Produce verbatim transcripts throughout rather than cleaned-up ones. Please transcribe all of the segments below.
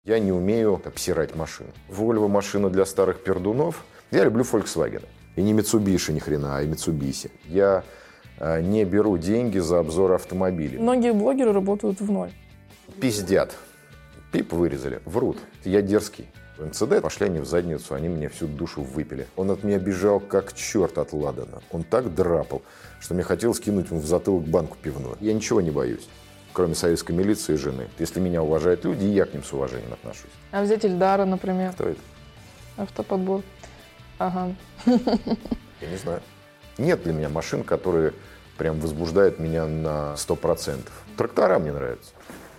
Я не умею обсирать машины. Volvo машина для старых пердунов. Я люблю Volkswagen. И не Mitsubishi ни хрена, а и Mitsubishi. Я э, не беру деньги за обзор автомобилей. Многие блогеры работают в ноль. Пиздят. Пип вырезали. Врут. Я дерзкий. В эм цэ дэ пошли они в задницу, они мне всю душу выпили. Он от меня бежал как черт от ладана. Он так драпал, что мне хотелось кинуть ему в затылок банку пивную. Я ничего не боюсь, кроме советской милиции и жены. Если меня уважают люди, и я к ним с уважением отношусь. А взять Ильдара, например? Кто это? Автоподбор. Ага. Я не знаю. Нет для меня машин, которые прям возбуждают меня на сто процентов. Трактора мне нравятся.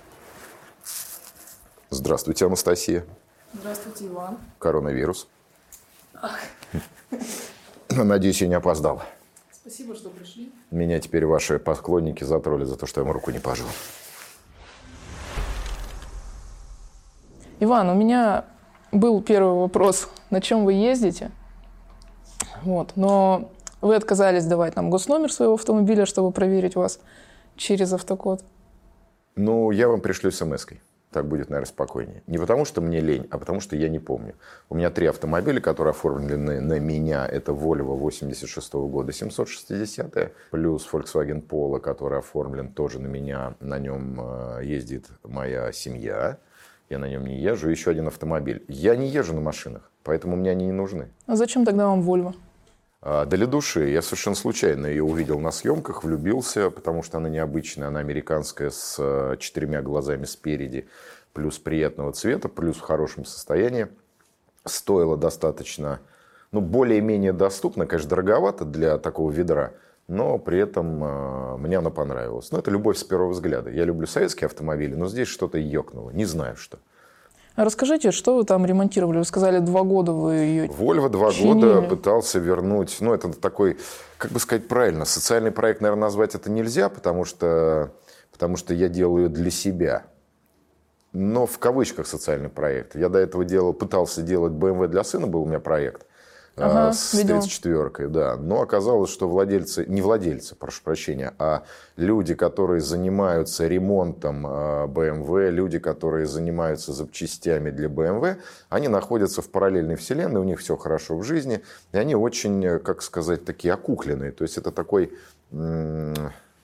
Здравствуйте, Анастасия. Здравствуйте, Иван. Коронавирус. Надеюсь, я не опоздал. Спасибо, что пришли. Меня теперь ваши поклонники затроллят за то, что я ему руку не пожал. Иван, у меня был первый вопрос. На чем вы ездите? Вот. Но вы отказались давать нам госномер своего автомобиля, чтобы проверить вас через автокод. Ну, я вам пришлю смс-кой. Так будет, наверное, спокойнее. Не потому, что мне лень, а потому, что я не помню. У меня три автомобиля, которые оформлены на меня. Это Volvo восемьдесят шестого года семьсот шестьдесят, плюс Volkswagen Polo, который оформлен тоже на меня. На нем ездит моя семья. Я на нем не езжу. Еще один автомобиль. Я не езжу на машинах, поэтому мне они не нужны. А зачем тогда вам Volvo? А, для души. Я совершенно случайно ее увидел на съемках, влюбился, потому что она необычная, она американская, с четырьмя глазами спереди, плюс приятного цвета, плюс в хорошем состоянии. Стоила достаточно, ну, более-менее доступно, конечно, дороговато для такого ведра, но при этом э, мне она понравилась. Ну, это любовь с первого взгляда. Я люблю советские автомобили, но здесь что-то ёкнуло, не знаю что. А расскажите, что вы там ремонтировали? Вы сказали, два года вы ее Volvo два года пытался вернуть. Ну, это такой, как бы сказать правильно, социальный проект, наверное, назвать это нельзя, потому что, потому что я делаю для себя. Но в кавычках социальный проект. Я до этого делал, пытался делать бэ эм вэ для сына, был у меня проект. Ага, с тридцать четвёркой, да. Но оказалось, что владельцы, не владельцы, прошу прощения, а люди, которые занимаются ремонтом бэ эм вэ, люди, которые занимаются запчастями для бэ эм вэ, они находятся в параллельной вселенной, у них все хорошо в жизни, и они очень, как сказать, такие окукленные. То есть это такой м-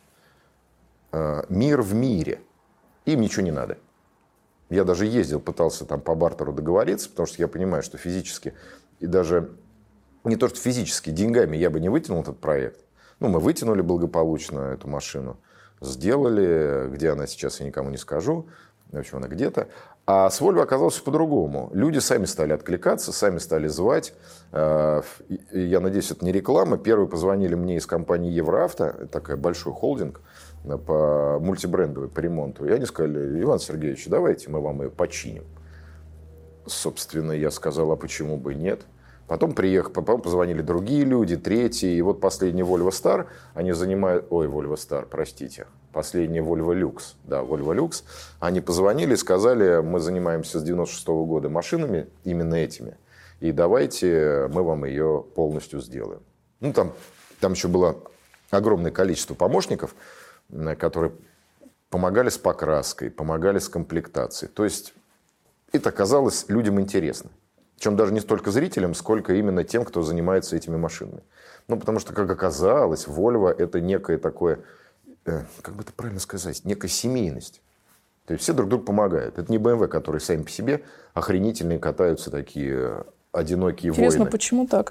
м- мир в мире. Им ничего не надо. Я даже ездил, пытался там по бартеру договориться, потому что я понимаю, что физически и даже... Не то, что физически, деньгами я бы не вытянул этот проект. Ну, мы вытянули благополучно эту машину. Сделали, где она сейчас, я никому не скажу. В общем, она где-то. А с Volvo оказалось по-другому. Люди сами стали откликаться, сами стали звать. Я надеюсь, это не реклама. Первые позвонили мне из компании Евроавто. Такой большой холдинг по мультибрендовой, по ремонту. И они сказали: Иван Сергеевич, давайте мы вам ее починим. Собственно, я сказал, а почему бы нет? Потом приехали, потом позвонили другие люди, третьи. И вот последний Volvo Star, они занимают... Ой, Volvo Star, простите. Последний Volvo Lux. Да, Volvo Lux. Они позвонили и сказали: мы занимаемся с девяносто шестого года машинами, именно этими. И давайте мы вам ее полностью сделаем. Ну, там, там еще было огромное количество помощников, которые помогали с покраской, помогали с комплектацией. То есть это оказалось людям интересно. Причем даже не столько зрителям, сколько именно тем, кто занимается этими машинами. Ну, потому что, как оказалось, Volvo – это некое такое, э, как бы это правильно сказать, некая семейность. То есть все друг другу помогают. Это не бэ эм вэ, которые сами по себе охренительные катаются, такие одинокие воины. Интересно, почему так?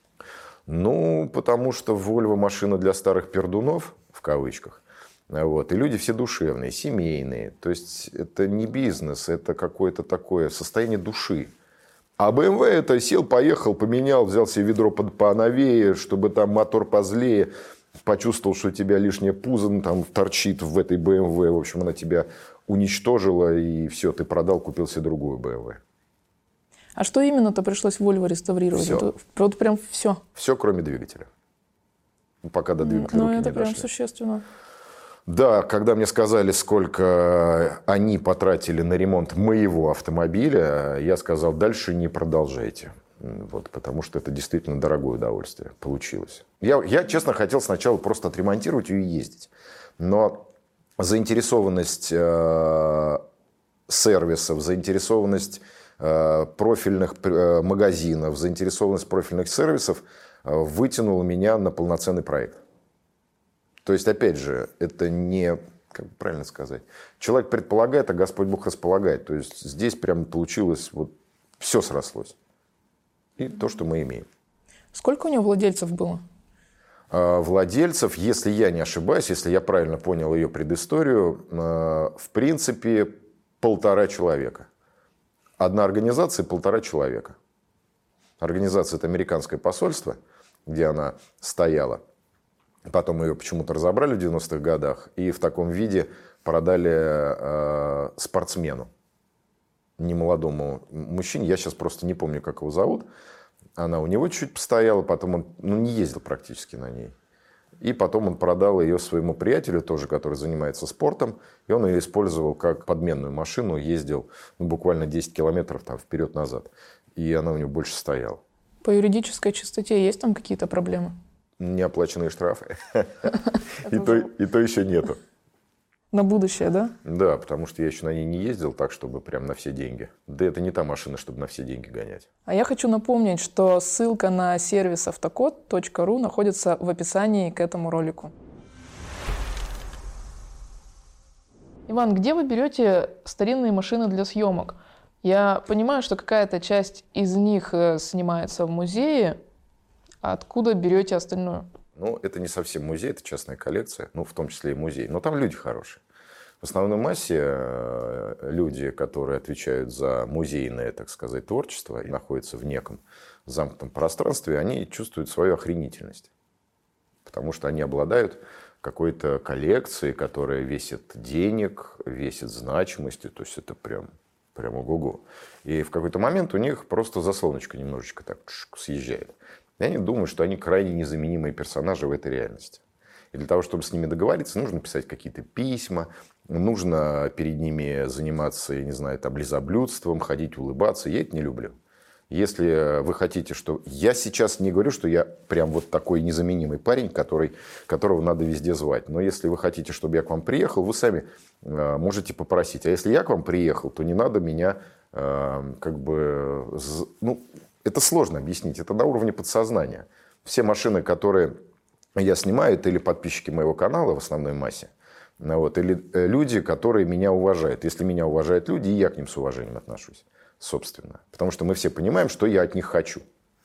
Ну, потому что Volvo – машина для старых пердунов, в кавычках. Вот. И люди все душевные, семейные. То есть это не бизнес, это какое-то такое состояние души. А бэ эм вэ это сел, поехал, поменял, взял себе ведро поновее, чтобы там мотор позлее, почувствовал, что у тебя лишнее пузо там торчит в этой бэ эм вэ. В общем, она тебя уничтожила, и все, ты продал, купил себе другую бэ эм вэ. А что именно-то пришлось Volvo реставрировать? Все. Это, вот прям все? Все, кроме двигателя. Пока до двигателя ну, руки это не прям дошли. Существенно. Да, когда мне сказали, сколько они потратили на ремонт моего автомобиля, я сказал: дальше не продолжайте. Вот, потому что это действительно дорогое удовольствие получилось. Я, я, честно, хотел сначала просто отремонтировать ее и ездить. Но заинтересованность э, сервисов, заинтересованность э, профильных э, магазинов, заинтересованность профильных сервисов э, вытянула меня на полноценный проект. То есть, опять же, это не, как правильно сказать, человек предполагает, а Господь Бог располагает. То есть, здесь прямо получилось, вот все срослось. И то, что мы имеем. Сколько у него владельцев было? Владельцев, если я не ошибаюсь, если я правильно понял ее предысторию, в принципе, полтора человека. Одна организация, полтора человека. Организация – это американское посольство, где она стояла. Потом ее почему-то разобрали в девяностых годах и в таком виде продали э, спортсмену, немолодому мужчине. Я сейчас просто не помню, как его зовут. Она у него чуть постояла, потом он ну, не ездил практически на ней. И потом он продал ее своему приятелю, тоже, который занимается спортом. И он ее использовал как подменную машину, ездил ну, буквально десять километров там, вперед-назад. И она у него больше стояла. По юридической чистоте есть там какие-то проблемы? Неоплаченные штрафы. И то еще нету. На будущее, да? Да, потому что я еще на ней не ездил так, чтобы прям на все деньги. Да это не та машина, чтобы на все деньги гонять. А я хочу напомнить, что ссылка на сервис автокод точка ру находится в описании к этому ролику. Иван, где вы берете старинные машины для съемок? Я понимаю, что какая-то часть из них снимается в музее, а откуда берете остальное? Ну, это не совсем музей, это частная коллекция, ну, в том числе и музей. Но там люди хорошие. В основной массе люди, которые отвечают за музейное, так сказать, творчество и находятся в неком замкнутом пространстве, они чувствуют свою охренительность. Потому что они обладают какой-то коллекцией, которая весит денег, весит значимости. То есть это прям, прям ого-го. И в какой-то момент у них просто заслоночка немножечко так съезжает. И они думают, что они крайне незаменимые персонажи в этой реальности. И для того, чтобы с ними договориться, нужно писать какие-то письма, нужно перед ними заниматься, я не знаю, там, лизоблюдством, ходить улыбаться. Я это не люблю. Если вы хотите, что... Я сейчас не говорю, что я прям вот такой незаменимый парень, который, которого надо везде звать. Но если вы хотите, чтобы я к вам приехал, вы сами э, можете попросить. А если я к вам приехал, то не надо меня э, как бы... Ну, это сложно объяснить. Это на уровне подсознания. Все машины, которые я снимаю, это или подписчики моего канала в основной массе, вот, или люди, которые меня уважают. Если меня уважают люди, и я к ним с уважением отношусь, собственно. Потому что мы все понимаем, что я от них хочу.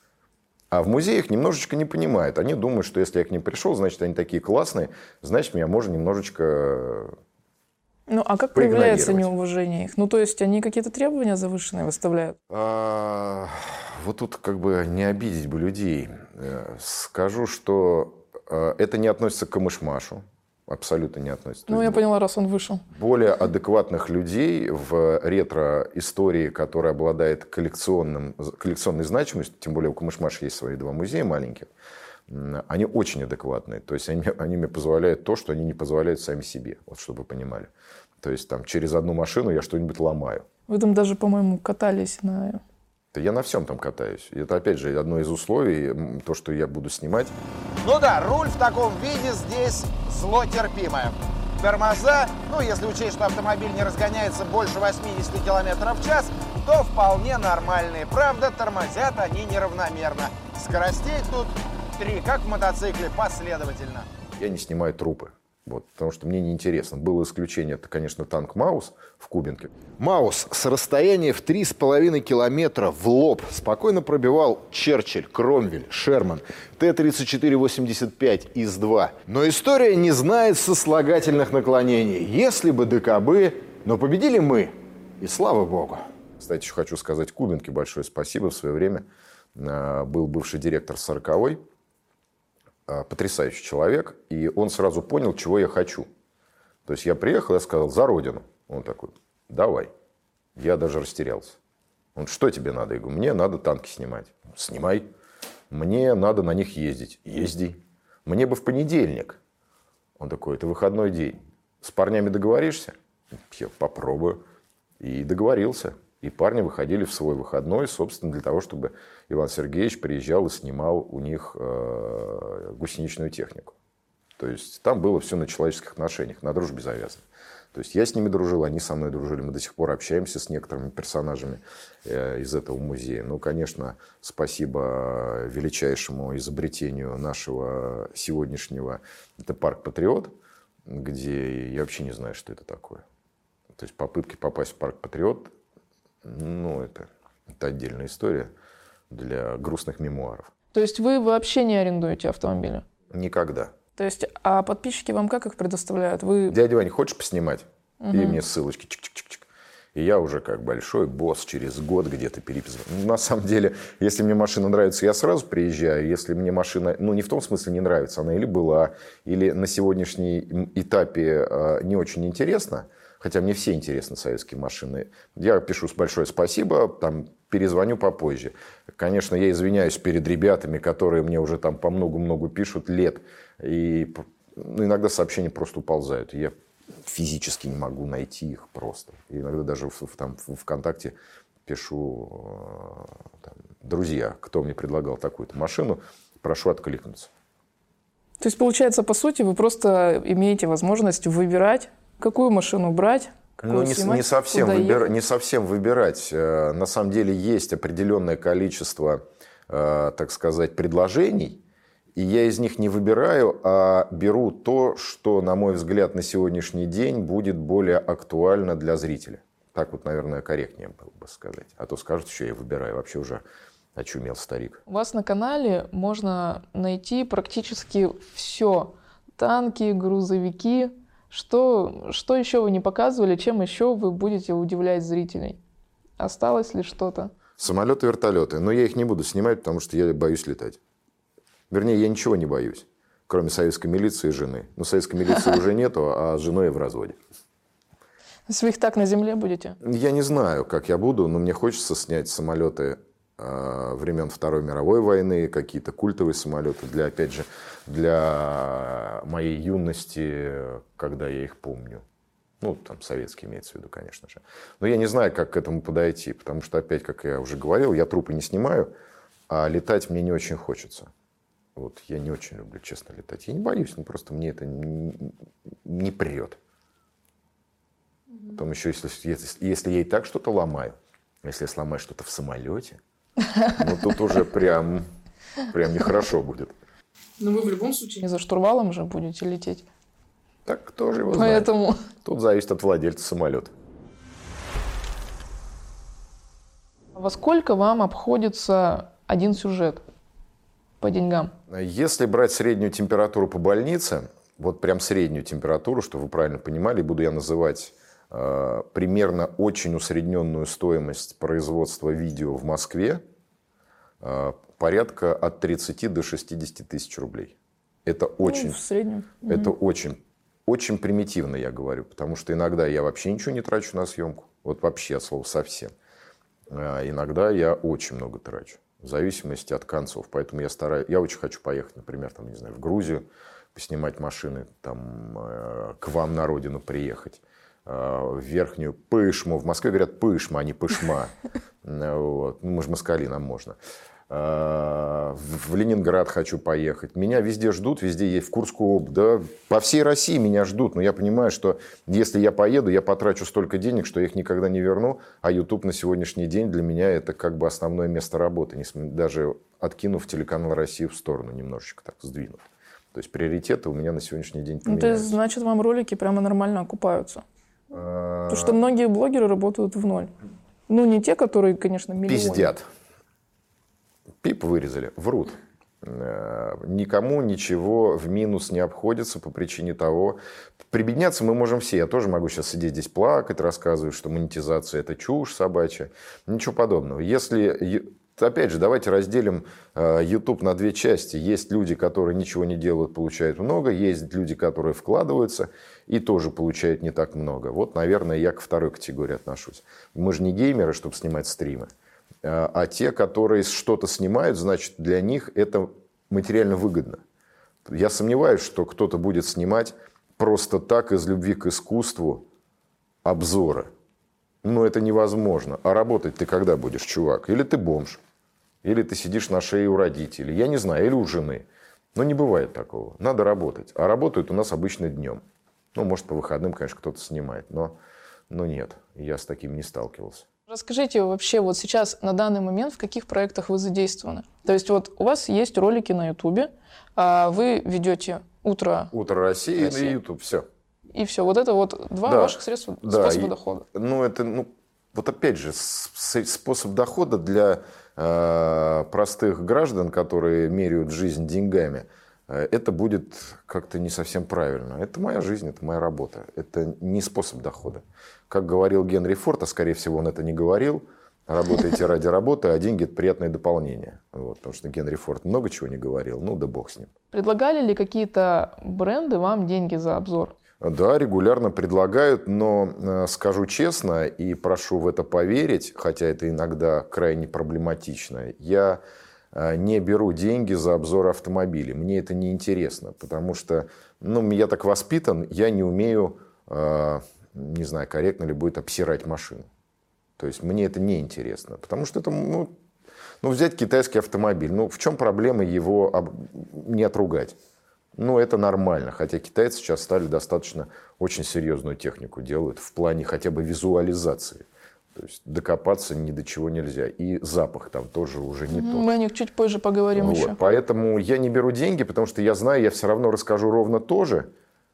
А в музеях немножечко не понимают. Они думают, что если я к ним пришел, значит, они такие классные, значит, меня можно немножечко... Ну, а как проявляется неуважение их? Ну, то есть, они какие-то требования завышенные выставляют? А, вот тут как бы не обидеть бы людей. Скажу, что это не относится к камыш-машу. Абсолютно не относится. Ну, я поняла, раз он вышел. Более адекватных людей в ретро-истории, которая обладает коллекционным, коллекционной значимостью, тем более у камыш-маша есть свои два музея маленьких, они очень адекватные. То есть, они, они мне позволяют то, что они не позволяют сами себе. Вот чтобы вы понимали. То есть, там, через одну машину я что-нибудь ломаю. Вы там даже, по-моему, катались на... Я на всем там катаюсь. И это, опять же, одно из условий, то, что я буду снимать. Ну да, руль в таком виде здесь зло терпимое. Тормоза, ну, если учесть, что автомобиль не разгоняется больше восьмидесяти километров в час, то вполне нормальные. Правда, тормозят они неравномерно. Скоростей тут три, как в мотоцикле, последовательно. Я не снимаю трупы. Вот, потому что мне неинтересно. Было исключение, это, конечно, танк «Маус» в Кубинке. «Маус» с расстояния в три с половиной километра в лоб спокойно пробивал Черчилль, Кромвель, Шерман, Т тридцать четыре восемьдесят пять ИС-два. Но история не знает сослагательных наклонений. Если бы ДКБ, но победили мы. И слава богу. Кстати, еще хочу сказать Кубинке большое спасибо. В свое время был бывший директор сороковой. Потрясающий человек, и он сразу понял, чего я хочу. То есть я приехал, я сказал, за родину. Он такой, давай. Я даже растерялся. Он, что тебе надо? Я говорю, мне надо танки снимать. Снимай. Мне надо на них ездить. Езди. Мне бы в понедельник. Он такой, это выходной день. С парнями договоришься? Я попробую. И договорился. И парни выходили в свой выходной, собственно, для того, чтобы Иван Сергеевич приезжал и снимал у них э, гусеничную технику. То есть там было все на человеческих отношениях, на дружбе завязано. То есть я с ними дружил, они со мной дружили. Мы до сих пор общаемся с некоторыми персонажами из этого музея. Ну, конечно, спасибо величайшему изобретению нашего сегодняшнего. Это парк «Патриот», где я вообще не знаю, что это такое. То есть попытки попасть в парк «Патриот», ну, это, это отдельная история для грустных мемуаров. То есть вы вообще не арендуете автомобили? Никогда. То есть, а подписчики вам как их предоставляют? Вы... Дядя Вань, хочешь поснимать? Угу. И мне ссылочки. Чик-чик-чик-чик. И я уже как большой босс через год где-то переписываю. Ну, на самом деле, если мне машина нравится, я сразу приезжаю. Если мне машина, ну не в том смысле не нравится, она или была, или на сегодняшнем этапе э, не очень интересна, хотя мне все интересны советские машины, я пишу большое спасибо, там, перезвоню попозже. Конечно, я извиняюсь перед ребятами, которые мне уже там по много-много пишут лет, и ну, иногда сообщения просто уползают. Я физически не могу найти их просто. И иногда даже в, в, там, в ВКонтакте пишу: там, друзья, кто мне предлагал такую-то машину, прошу откликнуться. То есть, получается, по сути, вы просто имеете возможность выбирать, какую машину брать, какую ну, не, снимать, не, совсем куда выбир, ехать? не совсем выбирать. На самом деле есть определенное количество, так сказать, предложений. И я из них не выбираю, а беру то, что, на мой взгляд, на сегодняшний день будет более актуально для зрителя. Так вот, наверное, корректнее было бы сказать. А то скажут, что я выбираю. Вообще уже очумел старик. У вас на канале можно найти практически все. Танки, грузовики. Что, что еще вы не показывали? Чем еще вы будете удивлять зрителей? Осталось ли что-то? Самолеты, вертолеты. Но я их не буду снимать, потому что я боюсь летать. Вернее, я ничего не боюсь, кроме советской милиции и жены. Но советской милиции уже нету, а с женой я в разводе. То есть вы их так на земле будете? Я не знаю, как я буду, но мне хочется снять самолеты э, времен Второй мировой войны, какие-то культовые самолеты, для, опять же, для моей юности, когда я их помню. Ну, там, советские имеется в виду, конечно же. Но я не знаю, как к этому подойти, потому что, опять, как я уже говорил, я трупы не снимаю, а летать мне не очень хочется. Вот, я не очень люблю, честно, летать. Я не боюсь, но просто мне это не, не прет. Потом еще, если, если, если я и так что-то ломаю, если я сломаю что-то в самолете, ну тут уже прям, прям нехорошо будет. Но вы в любом случае не за штурвалом же будете лететь. Так кто же его Поэтому... знает. Тут зависит от владельца самолета. Во сколько вам обходится один сюжет по деньгам? Если брать среднюю температуру по больнице, вот прям среднюю температуру, чтобы вы правильно понимали, буду я называть э, примерно очень усредненную стоимость производства видео в Москве, э, порядка от тридцати до шестидесяти тысяч рублей. Это очень, ну, в среднем. Это угу. очень, очень примитивно, я говорю, потому что иногда я вообще ничего не трачу на съемку, вот вообще от слова совсем. А иногда я очень много трачу. В зависимости от концов. Поэтому я стараюсь, я очень хочу поехать, например, там, не знаю, в Грузию, поснимать машины, там, э, к вам на родину приехать, э, в Верхнюю Пышму. В Москве говорят Пышма, а не Пышма. Вот. Ну, мы же москали, нам можно. В Ленинград хочу поехать. Меня везде ждут, везде есть, в Курскую область. Да, по всей России меня ждут. Но я понимаю, что если я поеду, я потрачу столько денег, что я их никогда не верну. А YouTube на сегодняшний день для меня это как бы основное место работы. Даже откинув телеканал «Россию» в сторону, немножечко так сдвинув. То есть приоритеты у меня на сегодняшний день поменяются. Ну, то есть, значит, вам ролики прямо нормально окупаются? Потому что многие блогеры работают в ноль. Ну, не те, которые, конечно, миллионы. Пиздят. Пип вырезали, врут. Никому ничего в минус не обходится по причине того... Прибедняться мы можем все. Я тоже могу сейчас сидеть здесь плакать, рассказывать, что монетизация – это чушь собачья. Ничего подобного. Если... Опять же, давайте разделим YouTube на две части. Есть люди, которые ничего не делают, получают много. Есть люди, которые вкладываются и тоже получают не так много. Вот, наверное, я ко второй категории отношусь. Мы же не геймеры, чтобы снимать стримы. А те, которые что-то снимают, значит, для них это материально выгодно. Я сомневаюсь, что кто-то будет снимать просто так из любви к искусству обзоры. Ну, это невозможно. А работать ты когда будешь, чувак? Или ты бомж, или ты сидишь на шее у родителей, я не знаю, или у жены. Но не бывает такого. Надо работать. А работают у нас обычно днем. Ну, может, по выходным, конечно, кто-то снимает, но, но нет, я с таким не сталкивался. Расскажите вообще вот сейчас, на данный момент, в каких проектах вы задействованы? То есть вот у вас есть ролики на Ютубе, вы ведете «Утро, Утро России, России» и YouTube, все. И все. Вот это вот два Да, ваших средства, да, способа и, дохода. Ну, это, ну, вот опять же, с- способ дохода для э, простых граждан, которые меряют жизнь деньгами, э, это будет как-то не совсем правильно. Это моя жизнь, это моя работа. Это не способ дохода. Как говорил Генри Форд, а скорее всего он это не говорил, работаете ради работы, а деньги – это приятное дополнение. Вот, потому что Генри Форд много чего не говорил, ну да бог с ним. Предлагали ли какие-то бренды вам деньги за обзор? Да, регулярно предлагают, но э, скажу честно и прошу в это поверить, хотя это иногда крайне проблематично, я э, не беру деньги за обзор автомобилей. Мне это не интересно, потому что ну, я так воспитан, я не умею, э, не знаю, корректно ли будет обсирать машину. То есть мне это не интересно, потому что это, ну, ну взять китайский автомобиль, ну в чем проблема его об... не отругать? Ну, это нормально, хотя китайцы сейчас стали достаточно очень серьезную технику делают в плане хотя бы визуализации. То есть докопаться ни до чего нельзя. И запах там тоже уже не тот. Мы о них чуть позже поговорим Вот. еще. Поэтому я не беру деньги, потому что я знаю, я все равно расскажу ровно то же,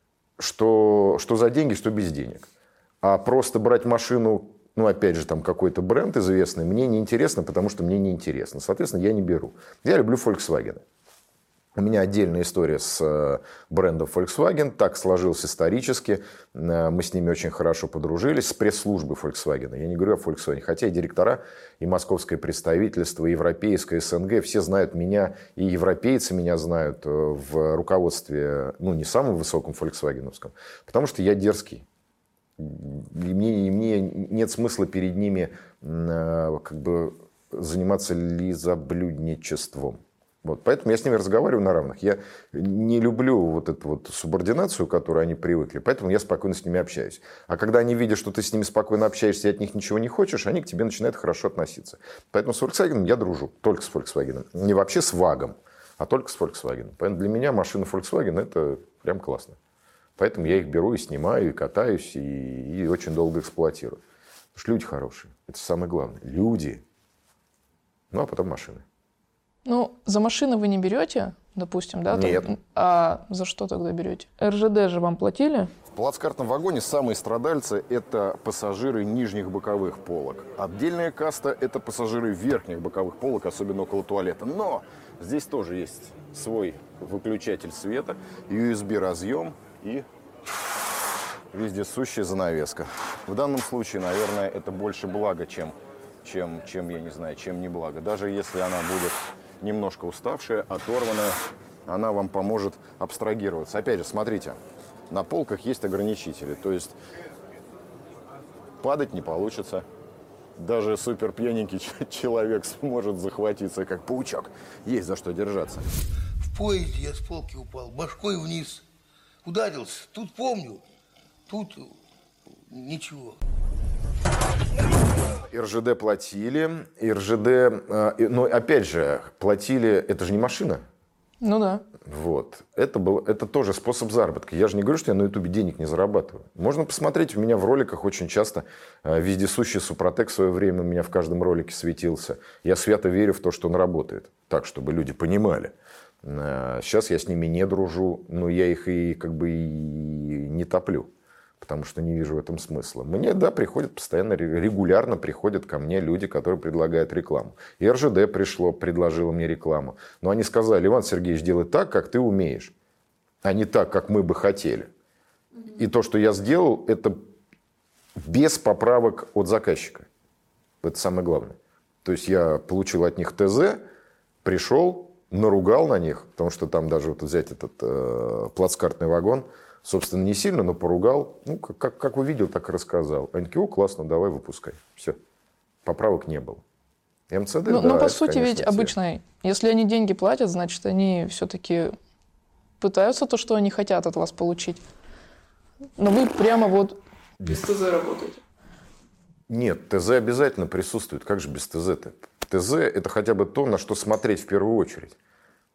что, что за деньги, что без денег. А просто брать машину, ну, опять же, там какой-то бренд известный, мне не интересно, потому что мне не интересно. Соответственно, я не беру. Я люблю Volkswagen. У меня отдельная история с брендом Volkswagen. Так сложилось исторически. Мы с ними очень хорошо подружились. С пресс-службой Volkswagen. Я не говорю о Volkswagen. Хотя и директора, и московское представительство, и европейское, СНГ. Все знают меня. И европейцы меня знают в руководстве, ну, не самым высоком фольксвагеновском. Потому что я дерзкий. И мне, и мне нет смысла перед ними как бы заниматься лизоблюдничеством. Вот, поэтому я с ними разговариваю на равных. Я не люблю вот эту вот субординацию, к которой они привыкли, поэтому я спокойно с ними общаюсь. А когда они видят, что ты с ними спокойно общаешься и от них ничего не хочешь, они к тебе начинают хорошо относиться. Поэтому с Volkswagen я дружу, только с Volkswagen. Не вообще с вагом, а только с Volkswagen. Поэтому для меня машина Volkswagen это прям классно. Поэтому я их беру и снимаю, и катаюсь, и, и очень долго эксплуатирую. Потому что люди хорошие. Это самое главное. Люди. Ну, а потом машины. Ну, за машины вы не берете, допустим, да? Нет. Там, а за что тогда берете? эр жэ дэ же вам платили? В плацкартном вагоне самые страдальцы – это пассажиры нижних боковых полок. Отдельная каста – это пассажиры верхних боковых полок, особенно около туалета. Но здесь тоже есть свой выключатель света, ю эс би-разъем и вездесущая занавеска. В данном случае, наверное, это больше благо, чем, чем, чем, я не знаю, чем не благо. Даже если она будет немножко уставшая, оторванная, она вам поможет абстрагироваться. Опять же, смотрите, на полках есть ограничители, то есть падать не получится. Даже супер пьяненький человек сможет захватиться, как паучок. Есть за что держаться. В поезде я с полки упал, башкой вниз, ударился. Тут помню, тут ничего. эр жэ дэ платили, эр жэ дэ, э, но опять же, платили, это же не машина. Ну да. Вот. Это, был, это тоже способ заработка. Я же не говорю, что я на Ютубе денег не зарабатываю. Можно посмотреть, у меня в роликах очень часто э, вездесущий Супротек в свое время у меня в каждом ролике светился. Я свято верю в то, что он работает. Так, чтобы люди понимали. Э, сейчас я с ними не дружу, но я их и как бы и не топлю. Потому что не вижу в этом смысла. Мне, да, приходят постоянно, регулярно приходят ко мне люди, которые предлагают рекламу. И эр жэ дэ пришло, предложило мне рекламу. Но они сказали: Иван Сергеевич, делай так, как ты умеешь, а не так, как мы бы хотели. И то, что я сделал, это без поправок от заказчика. Это самое главное. То есть я получил от них тэ зэ, пришел, наругал на них, потому что там даже вот взять этот э, плацкартный вагон, собственно, не сильно, но поругал. Ну, как, как увидел, так и рассказал. Они такие: о, классно, давай, выпускай. Все. Поправок не было. эм цэ дэ, Ну, да, ну, по это, сути, конечно, ведь те. обычно, если они деньги платят, значит, они все-таки пытаются то, что они хотят от вас получить. Но вы прямо вот без тэ зэ работаете. Нет, тэ зэ обязательно присутствует. Как же без тэ зэ-то? тэ зэ – это хотя бы то, на что смотреть в первую очередь.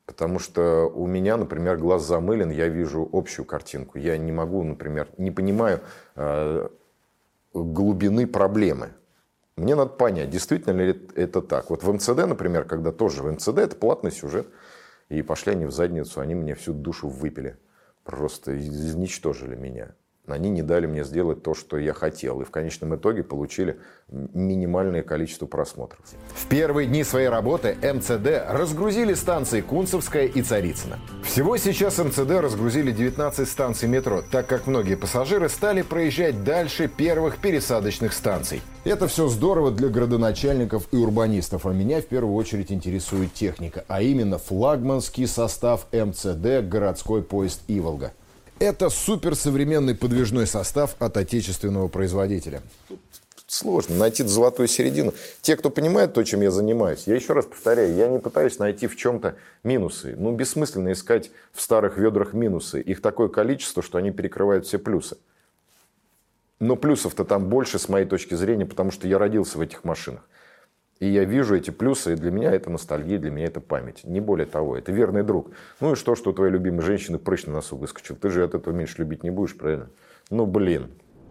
Потому что у меня, например, глаз замылен, я вижу общую картинку. Я не могу, например, не понимаю э, глубины проблемы. Мне надо понять, действительно ли это так. Вот в эм цэ дэ, например, когда тоже в эм цэ дэ это платный сюжет, и пошли они в задницу, они мне всю душу выпили. Просто изничтожили меня. Они не дали мне сделать то, что я хотел. И в конечном итоге получили минимальное количество просмотров. В первые дни своей работы эм цэ дэ разгрузили станции Кунцевская и Царицына. Всего сейчас эм цэ дэ разгрузили девятнадцать станций метро, так как многие пассажиры стали проезжать дальше первых пересадочных станций. Это все здорово для градоначальников и урбанистов, а меня в первую очередь интересует техника, а именно флагманский состав эм цэ дэ «Городской поезд Иволга». Это суперсовременный подвижной состав от отечественного производителя. Сложно найти золотую середину. Те, кто понимает то, чем я занимаюсь, я еще раз повторяю, я не пытаюсь найти в чем-то минусы. Ну, бессмысленно искать в старых ведрах минусы. Их такое количество, что они перекрывают все плюсы. Но плюсов-то там больше, с моей точки зрения, потому что я родился в этих машинах. И я вижу эти плюсы, и для меня это ностальгия, для меня это память. Не более того, это верный друг. Ну и что, что у твоей любимой женщины прыщ на носу выскочил? Ты же от этого меньше любить не будешь, правильно? Ну, блин.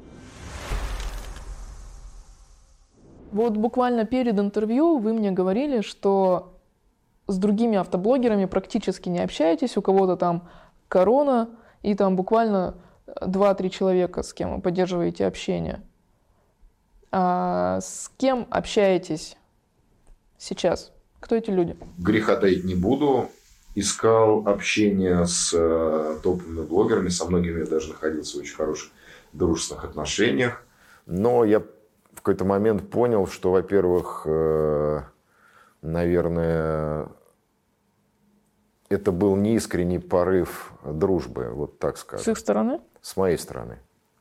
Вот буквально перед интервью вы мне говорили, что с другими автоблогерами практически не общаетесь, у кого-то там корона, и там буквально два-три человека, с кем вы поддерживаете общение. А с кем общаетесь сейчас? Кто эти люди? Греха таить не буду. Искал общение с э, топовыми блогерами. Со многими я даже находился в очень хороших дружественных отношениях. Но я в какой-то момент понял, что, во-первых, э, наверное, это был неискренний порыв дружбы, вот так скажем. С их стороны? С моей стороны,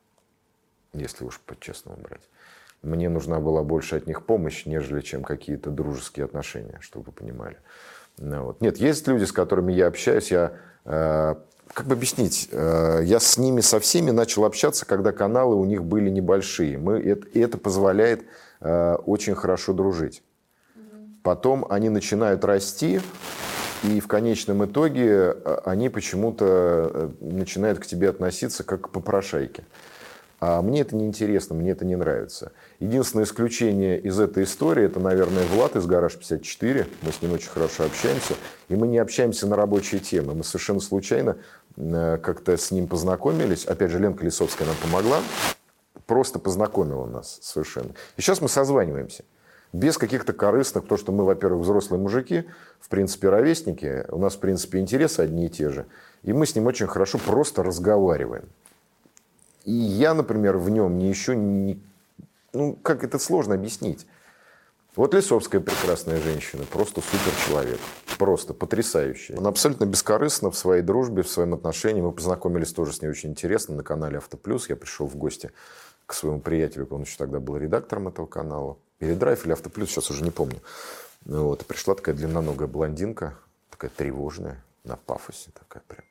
если уж по-честному брать. Мне нужна была больше от них помощь, нежели чем какие-то дружеские отношения, чтобы вы понимали. Ну, вот. Нет, есть люди, с которыми я общаюсь. Я, э, как бы объяснить, э, я с ними со всеми начал общаться, когда каналы у них были небольшие. Мы, это, и это позволяет э, очень хорошо дружить. Потом они начинают расти, и в конечном итоге они почему-то начинают к тебе относиться как к попрошайке. А мне это не интересно, мне это не нравится. Единственное исключение из этой истории, это, наверное, Влад из Гараж пятьдесят четыре. Мы с ним очень хорошо общаемся. И мы не общаемся на рабочие темы. Мы совершенно случайно как-то с ним познакомились. Опять же, Ленка Лисовская нам помогла. Просто познакомила нас совершенно. И сейчас мы созваниваемся. Без каких-то корыстных, потому что мы, во-первых, взрослые мужики, в принципе, ровесники. У нас, в принципе, интересы одни и те же. И мы с ним очень хорошо просто разговариваем. И я, например, в нем не ищу, не, ну, как это сложно объяснить. Вот Лисовская прекрасная женщина, просто супер человек, просто потрясающая. Она абсолютно бескорыстна в своей дружбе, в своем отношении. Мы познакомились тоже с ней очень интересно на канале Автоплюс. Я пришел в гости к своему приятелю, он еще тогда был редактором этого канала. Или Драйв, или Автоплюс, сейчас уже не помню. Вот. И пришла такая длинноногая блондинка, такая тревожная, на пафосе такая прям.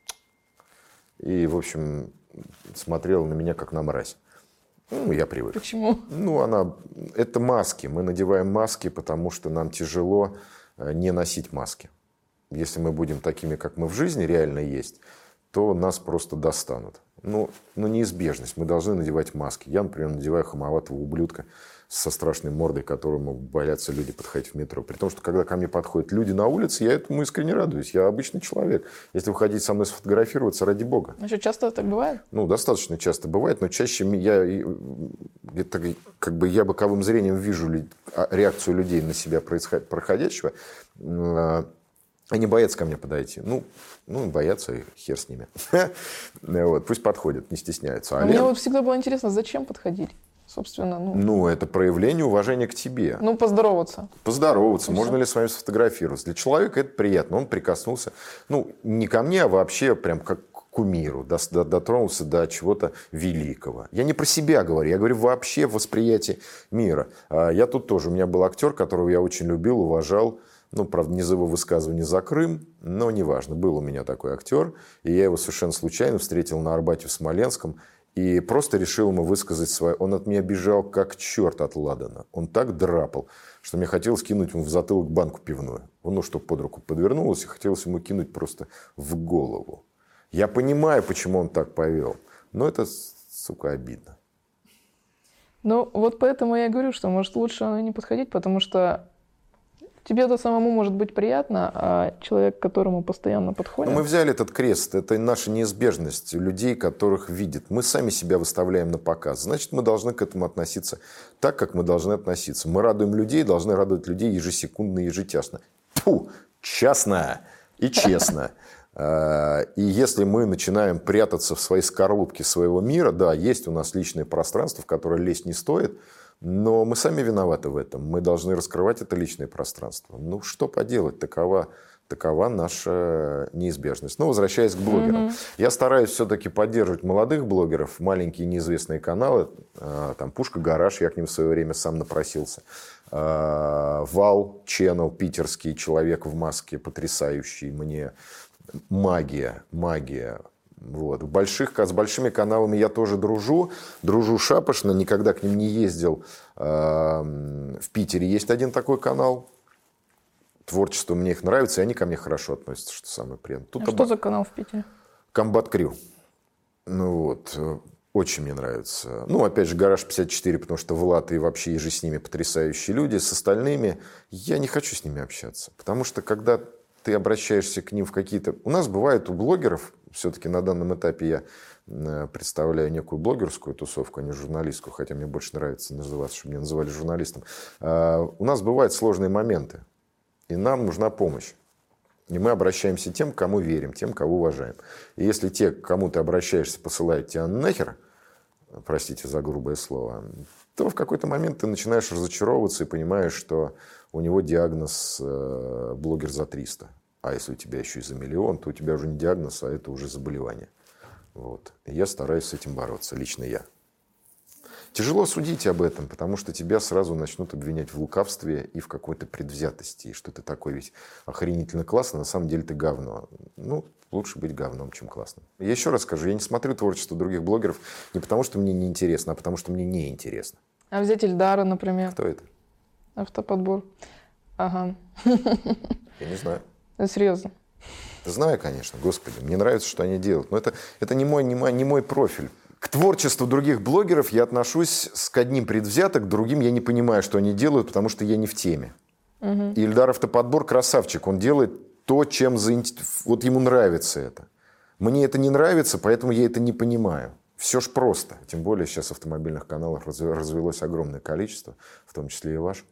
И, в общем, смотрела на меня, как на мразь. Ну, я привык. Почему? Ну, она... Это маски. Мы надеваем маски, потому что нам тяжело не носить маски. Если мы будем такими, как мы в жизни реально есть, то нас просто достанут. Ну, ну, неизбежность. Мы должны надевать маски. Я, например, надеваю хамоватого ублюдка со страшной мордой, которому боятся люди подходить в метро. При том, что когда ко мне подходят люди на улице, я этому искренне радуюсь. Я обычный человек. Если вы хотите со мной сфотографироваться, ради бога. А что, часто так бывает? Ну, достаточно часто бывает, но чаще я, это, как бы я боковым зрением вижу реакцию людей на себя проходящего. Они боятся ко мне подойти. Ну, ну боятся, и хер с ними. Вот, пусть подходят, не стесняются. А мне вот всегда было интересно, зачем подходить? Собственно, ну... Ну, это проявление уважения к тебе. Ну, поздороваться. Поздороваться. И Можно все? ли с вами сфотографироваться? Для человека это приятно. Он прикоснулся, ну, не ко мне, а вообще прям как к кумиру. Дотронулся до чего-то великого. Я не про себя говорю. Я говорю вообще в восприятии мира. Я тут тоже. У меня был актер, которого я очень любил, уважал. Ну, правда, не за его высказывание за Крым, но неважно. Был у меня такой актер. И я его совершенно случайно встретил на Арбате в Смоленском. И просто решил ему высказать свое... Он от меня бежал как черт от Ладана. Он так драпал. что мне хотелось кинуть ему в затылок банку пивную. Ну, чтобы под руку подвернулось, и хотелось ему кинуть просто в голову. Я понимаю, почему он так повел, но это, сука, обидно. Ну, вот поэтому я и говорю, что, может, лучше не подходить, потому что тебе это самому может быть приятно, а человек, к которому постоянно подходит... Но мы взяли этот крест, это наша неизбежность людей, которых видят. Мы сами себя выставляем на показ. Значит, мы должны к этому относиться так, как мы должны относиться. Мы радуем людей, должны радовать людей ежесекундно и ежечасно. Фу, частно и честно. И если мы начинаем прятаться в своей скорлупке своего мира, да, есть у нас личное пространство, в которое лезть не стоит, но мы сами виноваты в этом. Мы должны раскрывать это личное пространство. Ну, что поделать, такова, такова наша неизбежность. Но возвращаясь к блогерам. Mm-hmm. Я стараюсь все-таки поддерживать молодых блогеров, маленькие неизвестные каналы. Там Пушка Гараж, я к ним в свое время сам напросился. Вал Channel, питерский человек в маске, потрясающий мне. Магия, магия. Вот. В больших, с большими каналами я тоже дружу. Дружу шапошно, никогда к ним не ездил. В Питере есть один такой канал. Творчество мне их нравится, и они ко мне хорошо относятся, что самое приятное. Тут а об... что за канал в Питере? Комбат Крю. Ну вот, очень мне нравится. Ну, опять же, Гараж пятьдесят четыре, потому что Влад и вообще и же с ними потрясающие люди. С остальными я не хочу с ними общаться. Потому что когда ты обращаешься к ним в какие-то... У нас бывает у блогеров, все-таки на данном этапе я представляю некую блогерскую тусовку, а не журналистскую, хотя мне больше нравится называться, чтобы меня называли журналистом. У нас бывают сложные моменты, и нам нужна помощь. И мы обращаемся тем, кому верим, тем, кого уважаем. И если те, к кому ты обращаешься, посылают тебя нахер, простите за грубое слово, то в какой-то момент ты начинаешь разочаровываться и понимаешь, что у него диагноз э, блогер за триста. А если у тебя еще и за миллион, то у тебя уже не диагноз, а это уже заболевание. Вот. И я стараюсь с этим бороться, лично я. Тяжело судить об этом, потому что тебя сразу начнут обвинять в лукавстве и в какой-то предвзятости, и что ты такой ведь охренительно классный, на самом деле ты говно. Ну, лучше быть говном, чем классным. Я еще раз скажу, я не смотрю творчество других блогеров не потому, что мне неинтересно, а потому, что мне неинтересно. А взять Ильдара, например? Кто это? Автоподбор. Ага. Я не знаю. Это серьезно. Знаю, конечно, господи, мне нравится, что они делают. Но это, это не, мой, не, мой, не мой профиль. К творчеству других блогеров я отношусь с к одним предвзято, к другим я не понимаю, что они делают, потому что я не в теме. Угу. И Ильдар Автоподбор красавчик. Он делает то, чем за... вот ему нравится это. Мне это не нравится, поэтому я это не понимаю. Все ж просто. Тем более сейчас автомобильных каналов развелось огромное количество, в том числе и ваш.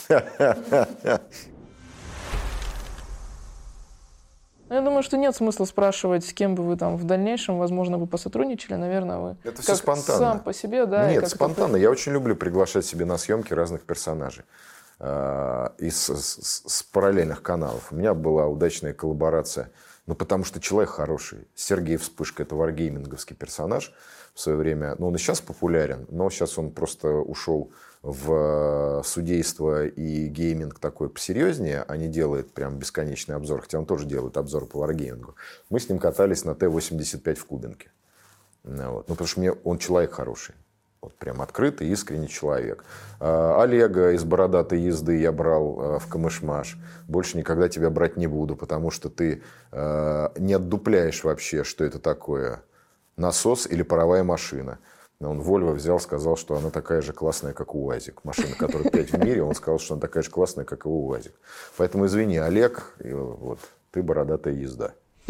Я думаю, что нет смысла спрашивать, с кем бы вы там в дальнейшем, возможно, вы посотрудничали, наверное, вы... Это все спонтанно. Сам по себе, да? Нет, спонтанно. Я очень люблю приглашать себе на съемки разных персонажей э, из, из, из параллельных каналов. У меня была удачная коллаборация, ну, потому что человек хороший. Сергей Вспышка, это варгейминговский персонаж в свое время. Ну, он и сейчас популярен, но сейчас он просто ушел в судейство и гейминг такой посерьезнее, а не делает прям бесконечный обзор, хотя он тоже делает обзор по варгеймингу. Мы с ним катались на Т восемьдесят пять в Кубинке. Ну, вот. ну, потому что мне, он человек хороший. Вот прям открытый, искренний человек. А, Олега из бородатой езды я брал а, в Камышмаш. Больше никогда тебя брать не буду, потому что ты а, не отдупляешь вообще, что это такое. Насос или паровая машина. Он Вольво взял, сказал, что она такая же классная, как УАЗик. Машина, которая пять в мире, он сказал, что она такая же классная, как и УАЗик. Поэтому извини, Олег, вот, ты бородатая езда.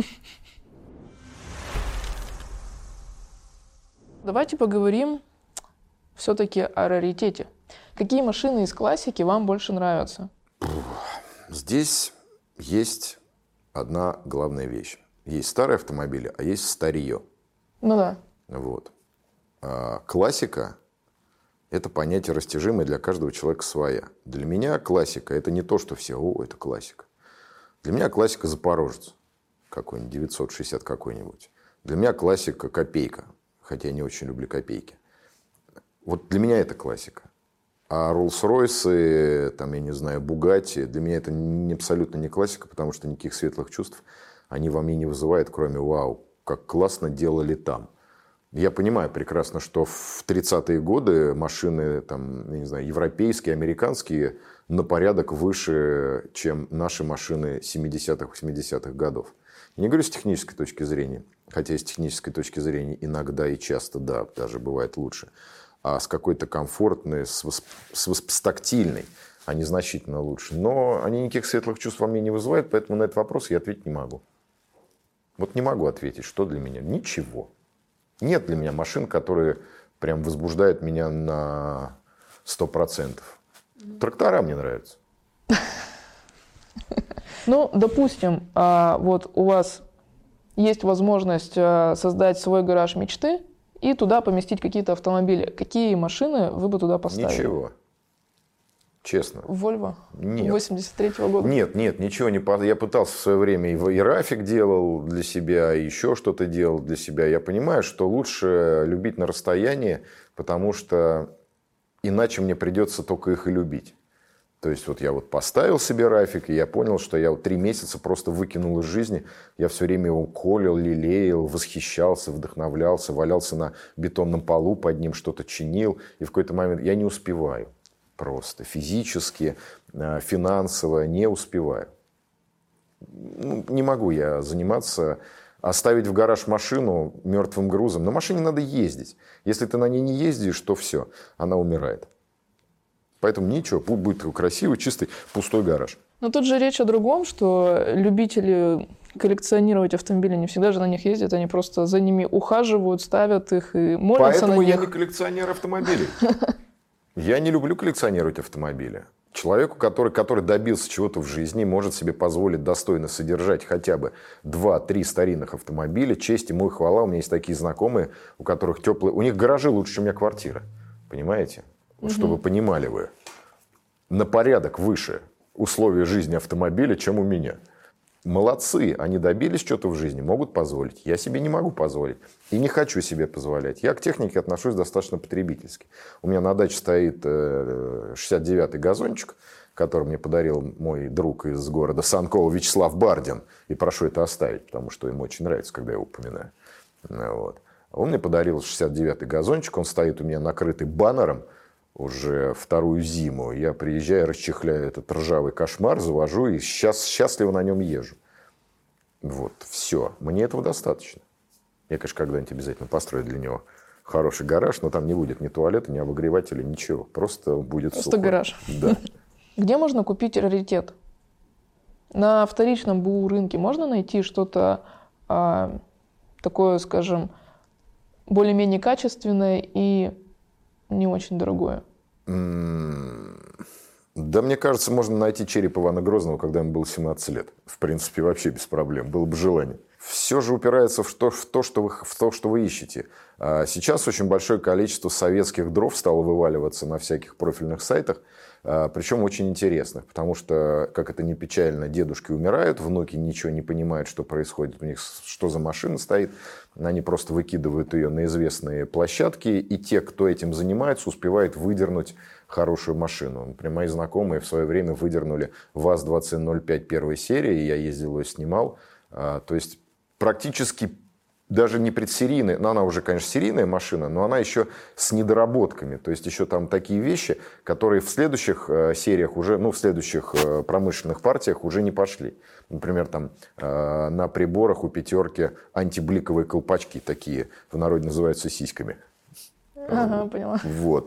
Давайте поговорим все-таки о раритете. Какие машины из классики вам больше нравятся? Здесь есть одна главная вещь. Есть старые автомобили, а есть старье. Ну да. Вот. А классика – это понятие растяжимое, для каждого человека своя. Для меня классика – это не то, что все, о, это классика. Для меня классика Запорожец какой-нибудь, девятьсот шестьдесят какой-нибудь. Для меня классика копейка, хотя я не очень люблю копейки. Вот для меня это классика. А Роллс-Ройсы, там, я не знаю, Бугатти, для меня это не, абсолютно не классика, потому что никаких светлых чувств они во мне не вызывают, кроме «вау, как классно делали там». Я понимаю прекрасно, что в тридцатые годы машины, там, я не знаю, европейские, американские, на порядок выше, чем наши машины семидесятых, восьмидесятых годов. Не говорю с технической точки зрения, хотя с технической точки зрения иногда и часто, да, даже бывает лучше, а с какой-то комфортной, с, восп... с, восп... с тактильной, они значительно лучше. Но они никаких светлых чувств во мне не вызывают, поэтому на этот вопрос я ответить не могу. Вот не могу ответить, что для меня. Ничего. Нет для меня машин, которые прям возбуждают меня на сто процентов. Трактора мне нравятся. Ну, допустим, вот у вас есть возможность создать свой гараж мечты и туда поместить какие-то автомобили. Какие машины вы бы туда поставили? Ничего. Честно. Volvo? Нет. восемьдесят третьего года? Нет, нет, ничего не... Я пытался в свое время и Рафик делал для себя, и еще что-то делал для себя. Я понимаю, что лучше любить на расстоянии, потому что иначе мне придется только их и любить. То есть вот я вот поставил себе Рафик, и я понял, что я вот три месяца просто выкинул из жизни. Я все время его колил, лелеял, восхищался, вдохновлялся, валялся на бетонном полу, под ним что-то чинил. И в какой-то момент я не успеваю. Просто физически, финансово не успеваю. Ну, не могу я заниматься, оставить в гараж машину мертвым грузом. На машине надо ездить. Если ты на ней не ездишь, то все, она умирает. Поэтому ничего, будет такой красивый, чистый, пустой гараж. Но тут же речь о другом, что любители коллекционировать автомобили не всегда же на них ездят, они просто за ними ухаживают, ставят их и молятся Поэтому на них. я не коллекционер автомобилей. Я не люблю коллекционировать автомобили. Человеку, который, который добился чего-то в жизни, может себе позволить достойно содержать хотя бы два-три старинных автомобиля. Честь ему и хвала. У меня есть такие знакомые, у которых теплые... У них гаражи лучше, чем у меня квартира. Понимаете? Вот, угу. Чтобы понимали вы. На порядок выше условия жизни автомобиля, чем у меня. Молодцы, они добились что-то в жизни, могут позволить. Я себе не могу позволить. И не хочу себе позволять. Я к технике отношусь достаточно потребительски. У меня на даче стоит шестьдесят девятый газончик, который мне подарил мой друг из города Санкова Вячеслав Бардин. И прошу это оставить, потому что ему очень нравится, когда я его упоминаю. Вот. Он мне подарил шестьдесят девятый газончик. Он стоит у меня накрытый баннером уже вторую зиму. Я приезжаю, расчехляю этот ржавый кошмар, завожу и сейчас счастливо на нем езжу. Вот, все. Мне этого достаточно. Я, конечно, когда-нибудь обязательно построю для него хороший гараж, но там не будет ни туалета, ни обогревателя, ничего. Просто будет Просто сухой. гараж. Да. Где можно купить раритет? На вторичном БУ рынке можно найти что-то а, такое, скажем, более-менее качественное и не очень дорогое? Да, мне кажется, можно найти череп Ивана Грозного, когда ему было семнадцать лет. В принципе, вообще без проблем. Было бы желание. Все же упирается в то, в то, что вы, в то, что вы ищете. Сейчас очень большое количество советских дров стало вываливаться на всяких профильных сайтах. Причем очень интересных. Потому что, как это ни печально, дедушки умирают, внуки ничего не понимают, что происходит. У них что за машина стоит. Они просто выкидывают ее на известные площадки. И те, кто этим занимается, успевают выдернуть хорошую машину. Например, мои знакомые в свое время выдернули ВАЗ двадцать семь ноль пять первой серии. Я ездил ее, снимал. То есть практически даже не предсерийная, но она уже, конечно, серийная машина, но она еще с недоработками. То есть еще там такие вещи, которые в следующих сериях уже, ну, в следующих промышленных партиях уже не пошли. Например, там на приборах у пятерки антибликовые колпачки такие, в народе называются сиськами. Ага, поняла. Вот.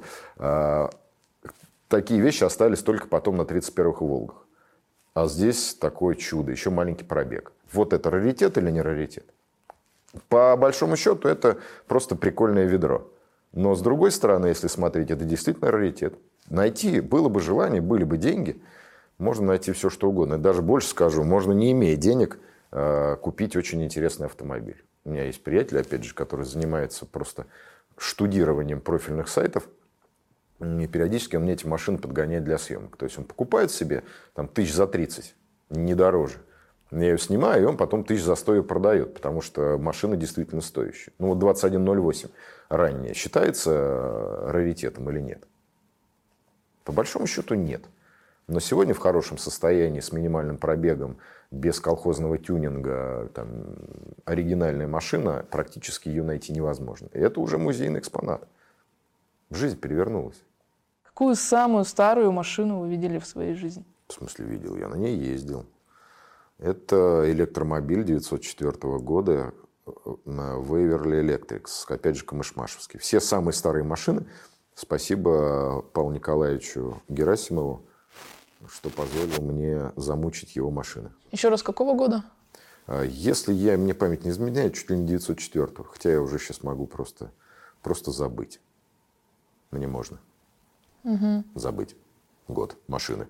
Такие вещи остались только потом на тридцать первых «Волгах». А здесь такое чудо, еще маленький пробег. Вот это раритет или не раритет? По большому счету, это просто прикольное ведро. Но с другой стороны, если смотреть, это действительно раритет. Найти было бы желание, были бы деньги, можно найти все, что угодно. И даже больше скажу, можно, не имея денег, купить очень интересный автомобиль. У меня есть приятель, опять же, который занимается просто штудированием профильных сайтов. И периодически он мне эти машины подгоняет для съемок. То есть он покупает себе там, тысяч за тридцать, не дороже. Я ее снимаю, и он потом тысяч за сто ее продает, потому что машина действительно стоящая. Ну вот двадцать один ноль восемь ранее считается раритетом или нет? По большому счету нет. Но сегодня в хорошем состоянии, с минимальным пробегом, без колхозного тюнинга, там, оригинальная машина, практически ее найти невозможно. И это уже музейный экспонат. Жизнь перевернулась. Какую самую старую машину вы видели в своей жизни? В смысле видел? Я на ней ездил. Это электромобиль девятьсот четвёртого года на Waverly Electrics, опять же, камышмашевский. Все самые старые машины, спасибо Павлу Николаевичу Герасимову, что позволил мне замучить его машины. Еще раз, какого года? Если я, мне память не изменяет, чуть ли не девятьсот четвёртого, хотя я уже сейчас могу просто, просто забыть. Мне можно угу. забыть год машины.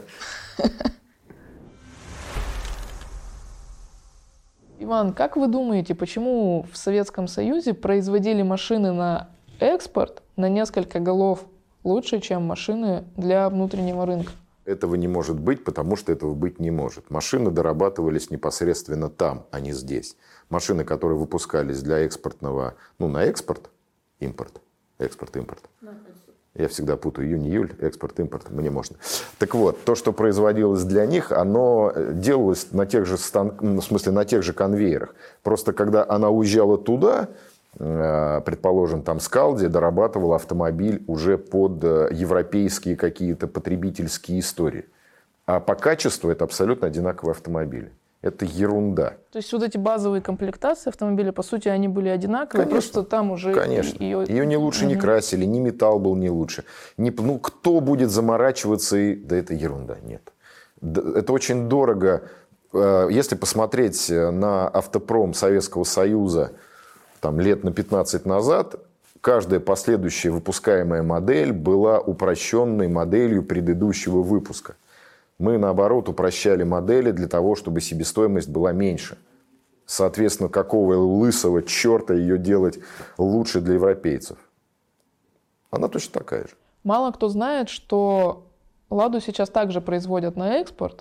Иван, как вы думаете, почему в Советском Союзе производили машины на экспорт на несколько голов лучше, чем машины для внутреннего рынка? Этого не может быть, потому что этого быть не может. Машины дорабатывались непосредственно там, а не здесь. Машины, которые выпускались для экспортного, ну, на экспорт, импорт, экспорт-импорт. Я всегда путаю июнь-июль, экспорт-импорт, мне можно. Так вот, то, что производилось для них, оно делалось на тех же, станк... в смысле, на тех же конвейерах. Просто когда она уезжала туда, предположим, там Скалди дорабатывал автомобиль уже под европейские какие-то потребительские истории. А по качеству это абсолютно одинаковые автомобили. Это ерунда. То есть вот эти базовые комплектации автомобиля, по сути, они были одинаковые, конечно, просто там уже... Конечно. Ее, ее не лучше угу. не красили, ни металл был не лучше. Не, ну, кто будет заморачиваться? И... Да это ерунда, нет. Это очень дорого. Если посмотреть на автопром Советского Союза там, лет на пятнадцать назад, каждая последующая выпускаемая модель была упрощенной моделью предыдущего выпуска. Мы, наоборот, упрощали модели для того, чтобы себестоимость была меньше. Соответственно, какого лысого черта ее делать лучше для европейцев? Она точно такая же. Мало кто знает, что «Ладу» сейчас также производят на экспорт.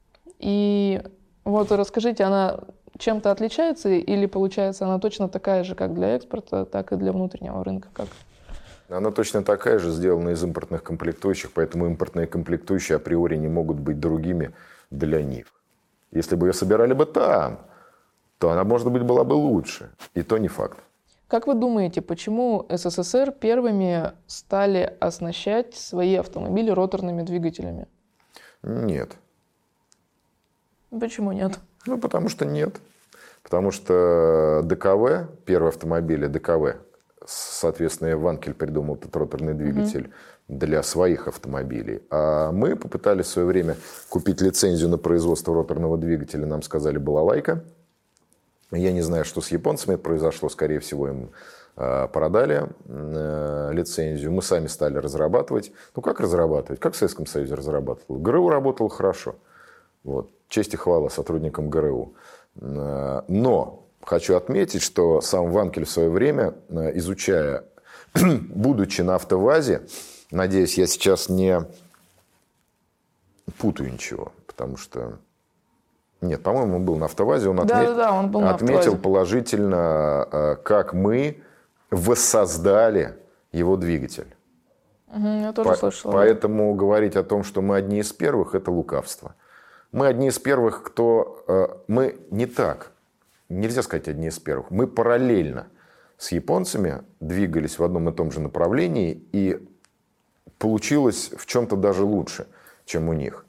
И вот расскажите, она чем-то отличается или, получается, она точно такая же, как для экспорта, так и для внутреннего рынка? Как? Она точно такая же, сделана из импортных комплектующих, поэтому импортные комплектующие априори не могут быть другими для них. Если бы ее собирали бы там, то она, может быть, была бы лучше. И то не факт. Как вы думаете, почему СССР первыми стали оснащать свои автомобили роторными двигателями? Нет. Почему нет? Ну, потому что нет. Потому что ДКВ, первые автомобили ДКВ, соответственно, Ванкель придумал этот роторный двигатель mm-hmm. для своих автомобилей. А мы попытались в свое время купить лицензию на производство роторного двигателя. Нам сказали, балалайка. Я не знаю, что с японцами это произошло. Скорее всего, им э, продали э, лицензию. Мы сами стали разрабатывать. Ну, как разрабатывать? Как в Советском Союзе разрабатывал? ГРУ работал хорошо. Вот. Честь и хвала сотрудникам ГРУ. Э, но... Хочу отметить, что сам Ванкель в свое время, изучая, будучи на АвтоВАЗе, надеюсь, я сейчас не путаю ничего, потому что... Нет, по-моему, он был на АвтоВАЗе, он, да, отме... да, да, он был на отметил АвтоВАЗе. Положительно, как мы воссоздали его двигатель. Угу, я тоже По- слышала. Поэтому говорить о том, что мы одни из первых, это лукавство. Мы одни из первых, кто... Мы не так... Нельзя сказать одни из первых. Мы параллельно с японцами двигались в одном и том же направлении, и получилось в чем-то даже лучше, чем у них.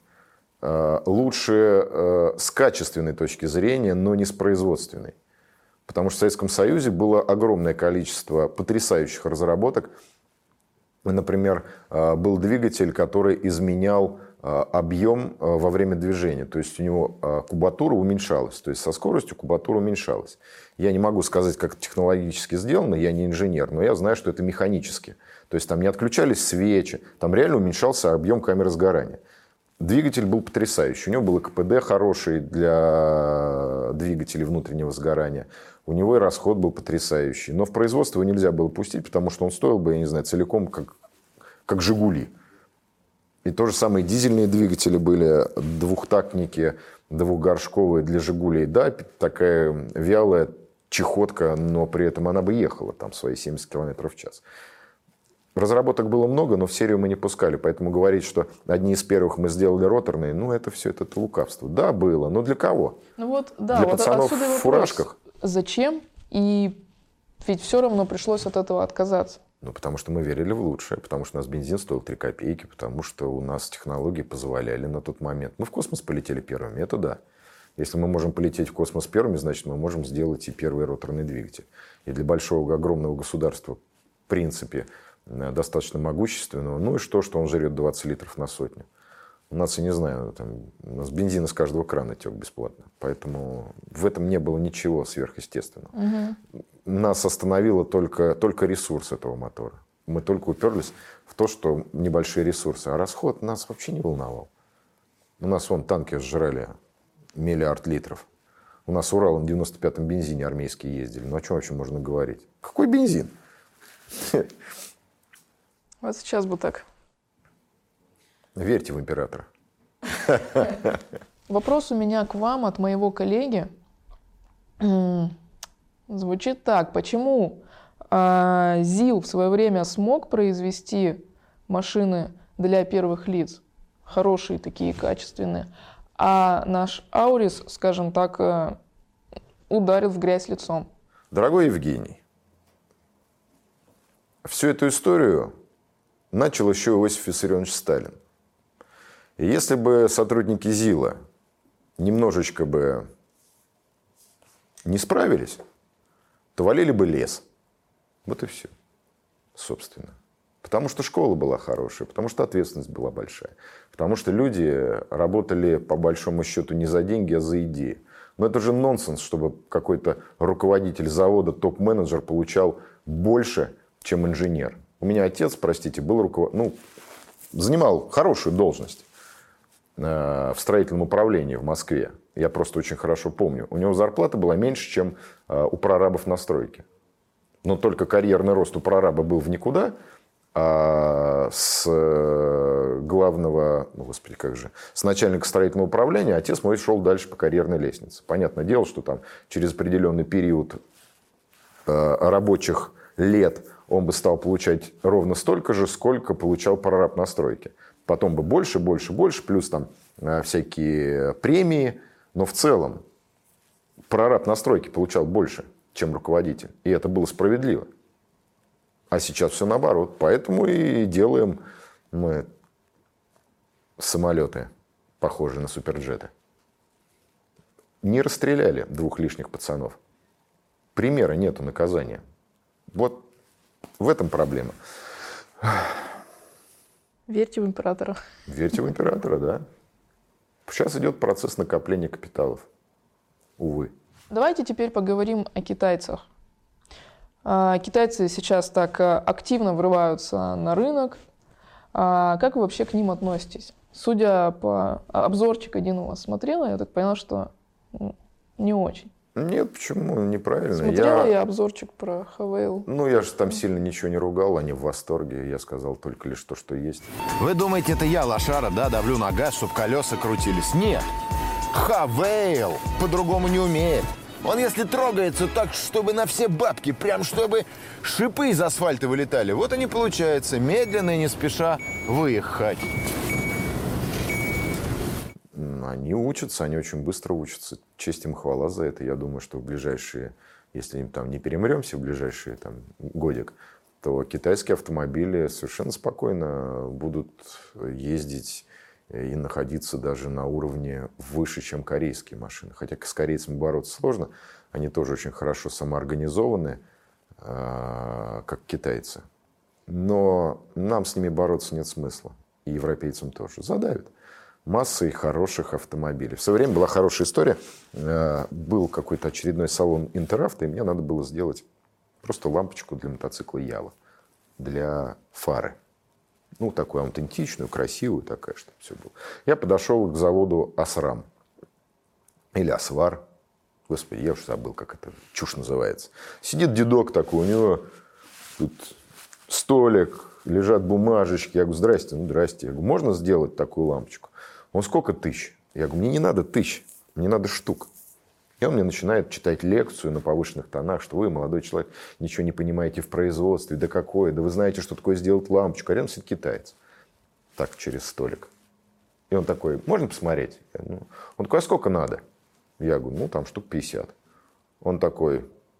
Лучше с качественной точки зрения, но не с производственной. Потому что в Советском Союзе было огромное количество потрясающих разработок. Например, был двигатель, который изменял объем во время движения. То есть у него кубатура уменьшалась. То есть со скоростью кубатура уменьшалась. Я не могу сказать, как это технологически сделано, я не инженер, но я знаю, что это механически. То есть там не отключались свечи, там реально уменьшался объем камеры сгорания. Двигатель был потрясающий. У него было КПД хороший для двигателей внутреннего сгорания. У него и расход был потрясающий. Но в производство его нельзя было пустить, потому что он стоил бы, я не знаю, целиком как, как «Жигули». И то же самое дизельные двигатели были, двухтактники, двухгоршковые для «Жигулей». Да, такая вялая чехотка, но при этом она бы ехала там свои семьдесят километров в час. Разработок было много, но в серию мы не пускали. Поэтому говорить, что одни из первых мы сделали роторные, ну это все, это, это лукавство. Да, было, но для кого? Ну вот, да, для вот пацанов отсюда и в вопрос. фуражках? Зачем? И ведь все равно пришлось от этого отказаться. Ну, потому что мы верили в лучшее, потому что у нас бензин стоил три копейки, потому что у нас технологии позволяли на тот момент. Мы в космос полетели первыми, это да. Если мы можем полететь в космос первыми, значит, мы можем сделать и первый роторный двигатель. И для большого, огромного государства, в принципе, достаточно могущественного. Ну и что, что он жрет двадцать литров на сотню. У нас, я не знаю, там, у нас бензин из каждого крана тек бесплатно. Поэтому в этом не было ничего сверхъестественного. Угу. Нас остановило только, только ресурс этого мотора. Мы только уперлись в то, что небольшие ресурсы. А расход нас вообще не волновал. У нас вон танки сжрали миллиард литров. У нас Урал на девяносто пятом бензине армейские ездили. Ну о чем вообще можно говорить? Какой бензин? Вот сейчас бы так. Верьте в императора. Вопрос у меня к вам от моего коллеги. Звучит так. Почему э, ЗИЛ в свое время смог произвести машины для первых лиц? Хорошие такие, качественные. А наш Аурис, скажем так, э, ударил в грязь лицом. Дорогой Евгений, всю эту историю начал еще Иосиф Виссарионович Сталин. И если бы сотрудники ЗИЛа немножечко бы не справились, то валили бы лес. Вот и все, собственно. Потому что школа была хорошая, потому что ответственность была большая. Потому что люди работали, по большому счету, не за деньги, а за идеи. Но это же нонсенс, чтобы какой-то руководитель завода, топ-менеджер получал больше, чем инженер. У меня отец, простите, был руковод... ну, занимал хорошую должность в строительном управлении в Москве. Я просто очень хорошо помню. У него зарплата была меньше, чем у прорабов на стройке. Но только карьерный рост у прораба был в никуда, а с главного, ну, господи, как же, с начальника строительного управления отец мой шел дальше по карьерной лестнице. Понятное дело, что там через определенный период рабочих лет он бы стал получать ровно столько же, сколько получал прораб на стройке. Потом бы больше, больше, больше, плюс там всякие премии. Но в целом прораб на стройке получал больше, чем руководитель. И это было справедливо. А сейчас все наоборот. Поэтому и делаем мы самолеты, похожие на суперджеты. Не расстреляли двух лишних пацанов. Примера нету наказания. Вот в этом проблема. Верьте в императора. Верьте в императора, да. Сейчас идет процесс накопления капиталов. Увы. Давайте теперь поговорим о китайцах. Китайцы сейчас так активно врываются на рынок. Как вы вообще к ним относитесь? Судя по обзорчик один у вас смотрела, я так поняла, что не очень. Нет, почему? Неправильно. Смотрела я, я обзорчик про Хавейл. Ну, я же там сильно ничего не ругал, они в восторге. Я сказал только лишь то, что есть. Вы думаете, это я, лошара, да, давлю на газ, чтобы колеса крутились? Нет. Хавейл по-другому не умеет. Он, если трогается так, чтобы на все бабки, прям чтобы шипы из асфальта вылетали, вот они, получается, медленно и не спеша выехать. Они учатся, они очень быстро учатся. Честь им, хвала за это. Я думаю, что в ближайшие, если там не перемремся в ближайшие там, годик, то китайские автомобили совершенно спокойно будут ездить и находиться даже на уровне выше, чем корейские машины. Хотя с корейцами бороться сложно. Они тоже очень хорошо самоорганизованы, как китайцы. Но нам с ними бороться нет смысла. И европейцам тоже. Задавят. Массой хороших автомобилей. В свое время была хорошая история. Был какой-то очередной салон Интеравто, и мне надо было сделать просто лампочку для мотоцикла Ява. Для фары. Ну, такую аутентичную, красивую такая, чтобы все было. Я подошел к заводу Асрам. Или Асвар. Господи, я уже забыл, как это чушь называется. Сидит дедок такой, у него тут столик, лежат бумажечки. Я говорю, здрасте, ну, здрасте. Я говорю, можно сделать такую лампочку? Он, сколько тысяч? Я говорю, мне не надо тысяч, мне надо штук. И он мне начинает читать лекцию на повышенных тонах, что вы, молодой человек, ничего не понимаете в производстве. Да какое? Да вы знаете, что такое сделать лампочку. А рядом сидит китаец. Так, через столик. И он такой, можно посмотреть? Я, ну. Он такой, а сколько надо? Я говорю, ну, там штук пятьдесят. Он такой,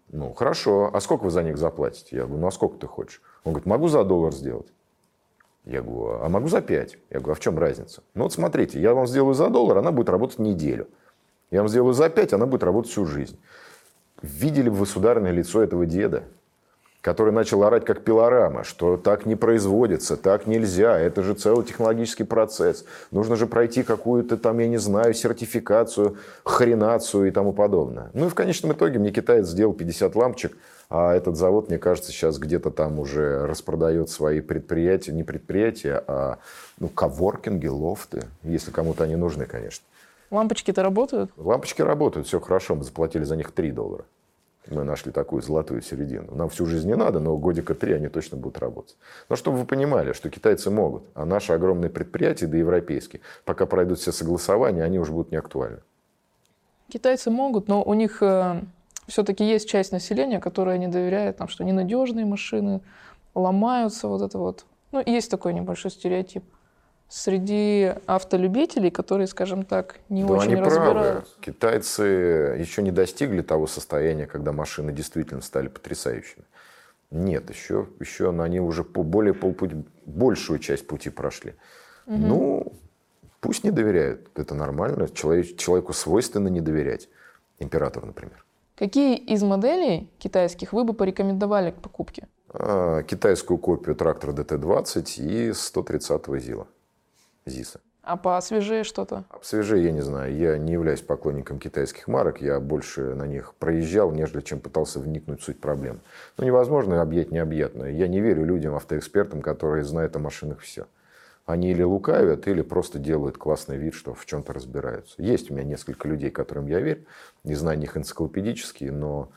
Ну, хорошо. А сколько вы за них заплатите? Я говорю, ну, а сколько ты хочешь? Он говорит, могу за доллар сделать. Я говорю, а могу за пять. Я говорю, а в чем разница? Ну, вот смотрите, я вам сделаю за доллар, она будет работать неделю. Я вам сделаю за пять, она будет работать всю жизнь. Видели бы вы сударыне лицо этого деда, который начал орать как пилорама, что так не производится, так нельзя, это же целый технологический процесс. Нужно же пройти какую-то там, я не знаю, сертификацию, хренацию и тому подобное. Ну и в конечном итоге мне китаец сделал пятьдесят лампочек, а этот завод, мне кажется, сейчас где-то там уже распродает свои предприятия, не предприятия, а ну, коворкинги, лофты, если кому-то они нужны, конечно. Лампочки-то работают? Лампочки работают, все хорошо, мы заплатили за них три доллара. Мы нашли такую золотую середину. Нам всю жизнь не надо, но годика три они точно будут работать. Но чтобы вы понимали, что китайцы могут, а наши огромные предприятия, да европейские, пока пройдут все согласования, они уже будут не актуальны. Китайцы могут, но у них э, все-таки есть часть населения, которая не доверяет, там, что ненадежные машины, ломаются, вот это вот. Ну, есть такой небольшой стереотип. Среди автолюбителей, которые, скажем так, не да очень они разбираются. Правы. Китайцы еще не достигли того состояния, когда машины действительно стали потрясающими. Нет, еще, еще они уже по более полпути, большую часть пути прошли. Угу. Ну, пусть не доверяют, это нормально. Человек, человеку свойственно не доверять. Императору, например. Какие из моделей китайских вы бы порекомендовали к покупке? А, китайскую копию трактора дэ тэ двадцать и сто тридцатого ЗИЛа. ЗИСа. А посвежее что-то? А посвежее я не знаю. Я не являюсь поклонником китайских марок. Я больше на них проезжал, нежели чем пытался вникнуть в суть проблем. Ну, невозможно объять необъятное. Я не верю людям, автоэкспертам, которые знают о машинах все. Они или лукавят, или просто делают классный вид, что в чем-то разбираются. Есть у меня несколько людей, которым я верю. Не знаю их энциклопедические, но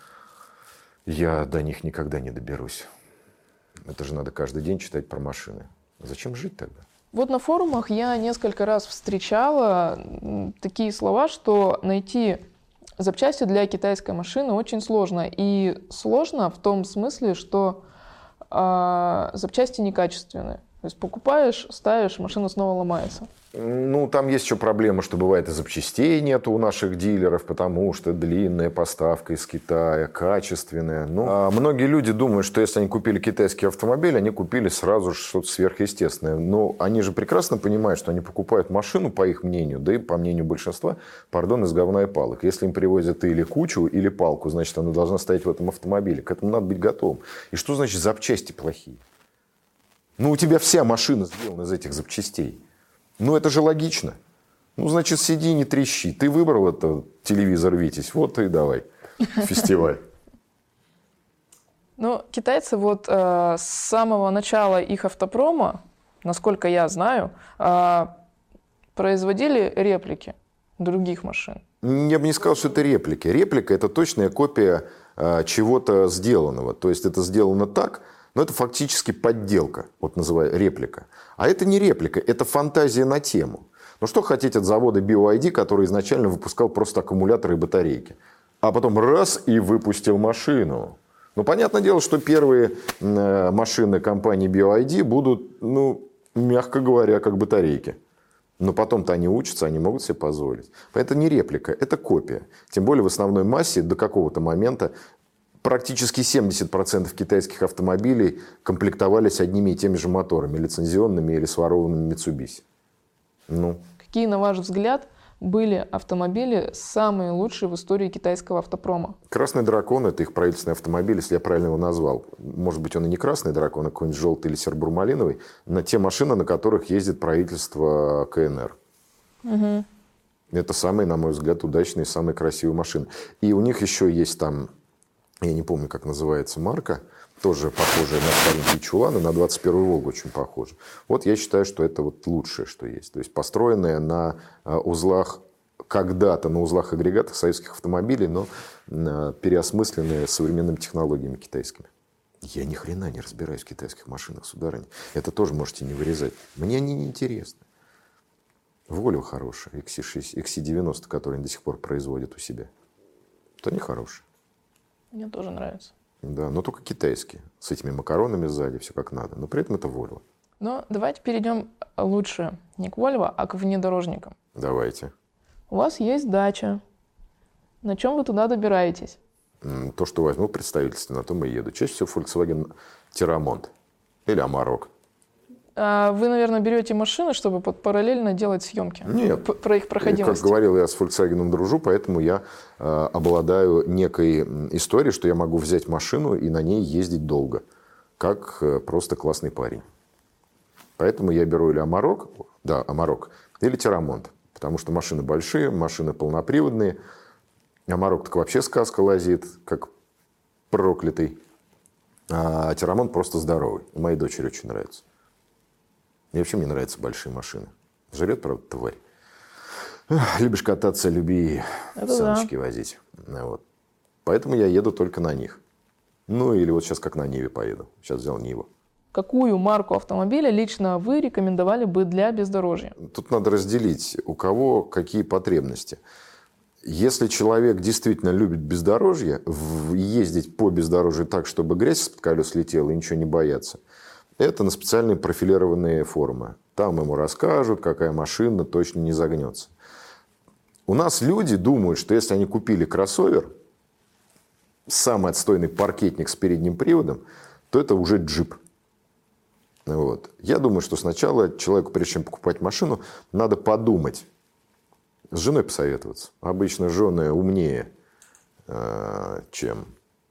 я до них никогда не доберусь. Это же надо каждый день читать про машины. Зачем жить тогда? Вот на форумах я несколько раз встречала такие слова, что найти запчасти для китайской машины очень сложно. И сложно в том смысле, что э, запчасти некачественные. То есть покупаешь, ставишь, машина снова ломается. Ну, там есть еще проблема, что бывает и запчастей нету у наших дилеров, потому что длинная поставка из Китая, качественная. Ну, а многие люди думают, что если они купили китайский автомобиль, они купили сразу что-то сверхъестественное. Но они же прекрасно понимают, что они покупают машину, по их мнению, да и по мнению большинства, пардон, из говна и палок. Если им привозят или кучу, или палку, значит, она должна стоять в этом автомобиле. К этому надо быть готовым. И что значит запчасти плохие? Ну, у тебя вся машина сделана из этих запчастей. Ну, это же логично. Ну, значит, сиди, не трещи. Ты выбрал это, телевизор Витязь, вот и давай, фестиваль. Ну, китайцы вот э, с самого начала их автопрома, насколько я знаю, э, производили реплики других машин. Я бы не сказал, что это реплики. Реплика – это точная копия э, чего-то сделанного. То есть, это сделано так, но это фактически подделка, вот называю реплика. А это не реплика, это фантазия на тему. Ну что хотеть от завода би вай ди, который изначально выпускал просто аккумуляторы и батарейки, а потом раз и выпустил машину. Ну, понятное дело, что первые э, машины компании би вай ди будут, ну, мягко говоря, как батарейки. Но потом-то они учатся, они могут себе позволить. Поэтому это не реплика, это копия. Тем более в основной массе до какого-то момента практически семьдесят процентов китайских автомобилей комплектовались одними и теми же моторами, лицензионными или сворованными Mitsubishi. Ну. Какие, на ваш взгляд, были автомобили самые лучшие в истории китайского автопрома? «Красный дракон» — это их правительственный автомобиль, если я правильно его назвал. Может быть, он и не «Красный дракон», а какой-нибудь желтый или серо-бурмалиновый. На те машины, на которых ездит правительство ка эн эр. Угу. Это самые, на мой взгляд, удачные, самые красивые машины. И у них еще есть там... Я не помню, как называется марка, тоже похожая на старенькие чуланы, на двадцать первую «Волгу» очень похожа. Вот я считаю, что это вот лучшее, что есть. То есть построенная на узлах, когда-то на узлах агрегатах советских автомобилей, но переосмысленная современными технологиями китайскими. Я ни хрена не разбираюсь в китайских машинах, сударыня. Это тоже можете не вырезать. Мне они не интересны. Volvo хорошая, икс си девяносто, который они до сих пор производят у себя. Это не хорошая. Мне тоже нравится. Да, но только китайские. С этими макаронами сзади, все как надо. Но при этом это Volvo. Но давайте перейдем лучше не к Volvo, а к внедорожникам. Давайте. У вас есть дача. На чем вы туда добираетесь? То, что возьму в представительстве, на том и еду. Чаще всего Volkswagen Terramont или Amarok. А вы, наверное, берете машины, чтобы параллельно делать съемки? Нет. П- про их проходимость? Как говорил, я с Volkswagen дружу, поэтому я э, обладаю некой историей, что я могу взять машину и на ней ездить долго. Как э, просто классный парень. Поэтому я беру или Amarok, да, Amarok, или Terramont. Потому что машины большие, машины полноприводные. Amarok так вообще сказка лазит, как проклятый. А Terramont просто здоровый. Моей дочери очень нравится. И вообще мне нравятся большие машины. Жрет, правда, тварь. Любишь кататься, люби Это саночки да. возить. Вот. Поэтому я еду только на них. Ну, или вот сейчас как на Ниве поеду. Сейчас взял Ниву. Какую марку автомобиля лично вы рекомендовали бы для бездорожья? Тут надо разделить, у кого какие потребности. Если человек действительно любит бездорожье, ездить по бездорожью так, чтобы грязь из-под колес летела и ничего не бояться, это на специальные профилированные форумы. Там ему расскажут, какая машина точно не загнется. У нас люди думают, что если они купили кроссовер, самый отстойный паркетник с передним приводом, то это уже джип. Вот. Я думаю, что сначала человеку, прежде чем покупать машину, надо подумать. С женой посоветоваться. Обычно жены умнее, э, чем...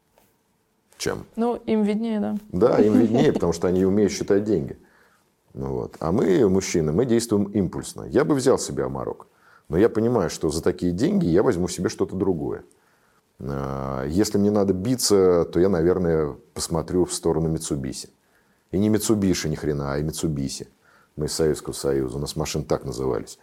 чем. Ну, им виднее, да. Да, им виднее, потому что они умеют считать деньги. Ну, вот. А мы, мужчины, мы действуем импульсно. Я бы взял себе Amarok, но я понимаю, что за такие деньги я возьму себе что-то другое. Если мне надо биться, то я, наверное, посмотрю в сторону Mitsubishi. И не Mitsubishi ни хрена, а Mitsubishi. Мы из Советского Союза, у нас машины так назывались.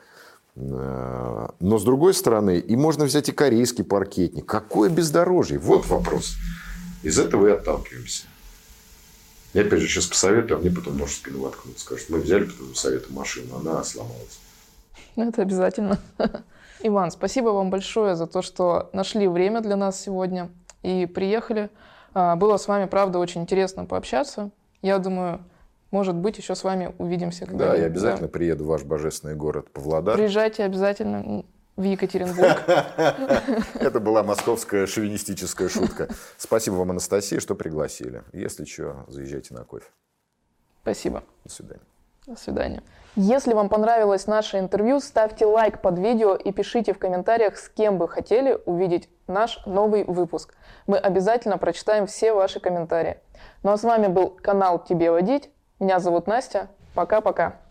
Но с другой стороны, и можно взять и корейский паркетник. Какое бездорожье? Вот вопрос. Из этого и отталкиваемся. Я опять же сейчас посоветую, а мне потом нож в спину воткнут. Скажут, мы взяли потом советую машину, она сломалась. Это обязательно. Иван, спасибо вам большое за то, что нашли время для нас сегодня и приехали. Было с вами, правда, очень интересно пообщаться. Я думаю, может быть, еще с вами увидимся когда-нибудь. Да, я обязательно да. приеду в ваш божественный город Павлодар. Приезжайте обязательно в Екатеринбург. Это была московская шовинистическая шутка. Спасибо вам, Анастасия, что пригласили. Если что, заезжайте на кофе. Спасибо. До свидания. До свидания. Если вам понравилось наше интервью, ставьте лайк под видео и пишите в комментариях, с кем бы хотели увидеть наш новый выпуск. Мы обязательно прочитаем все ваши комментарии. Ну а с вами был канал «Тебе водить». Меня зовут Настя. Пока-пока.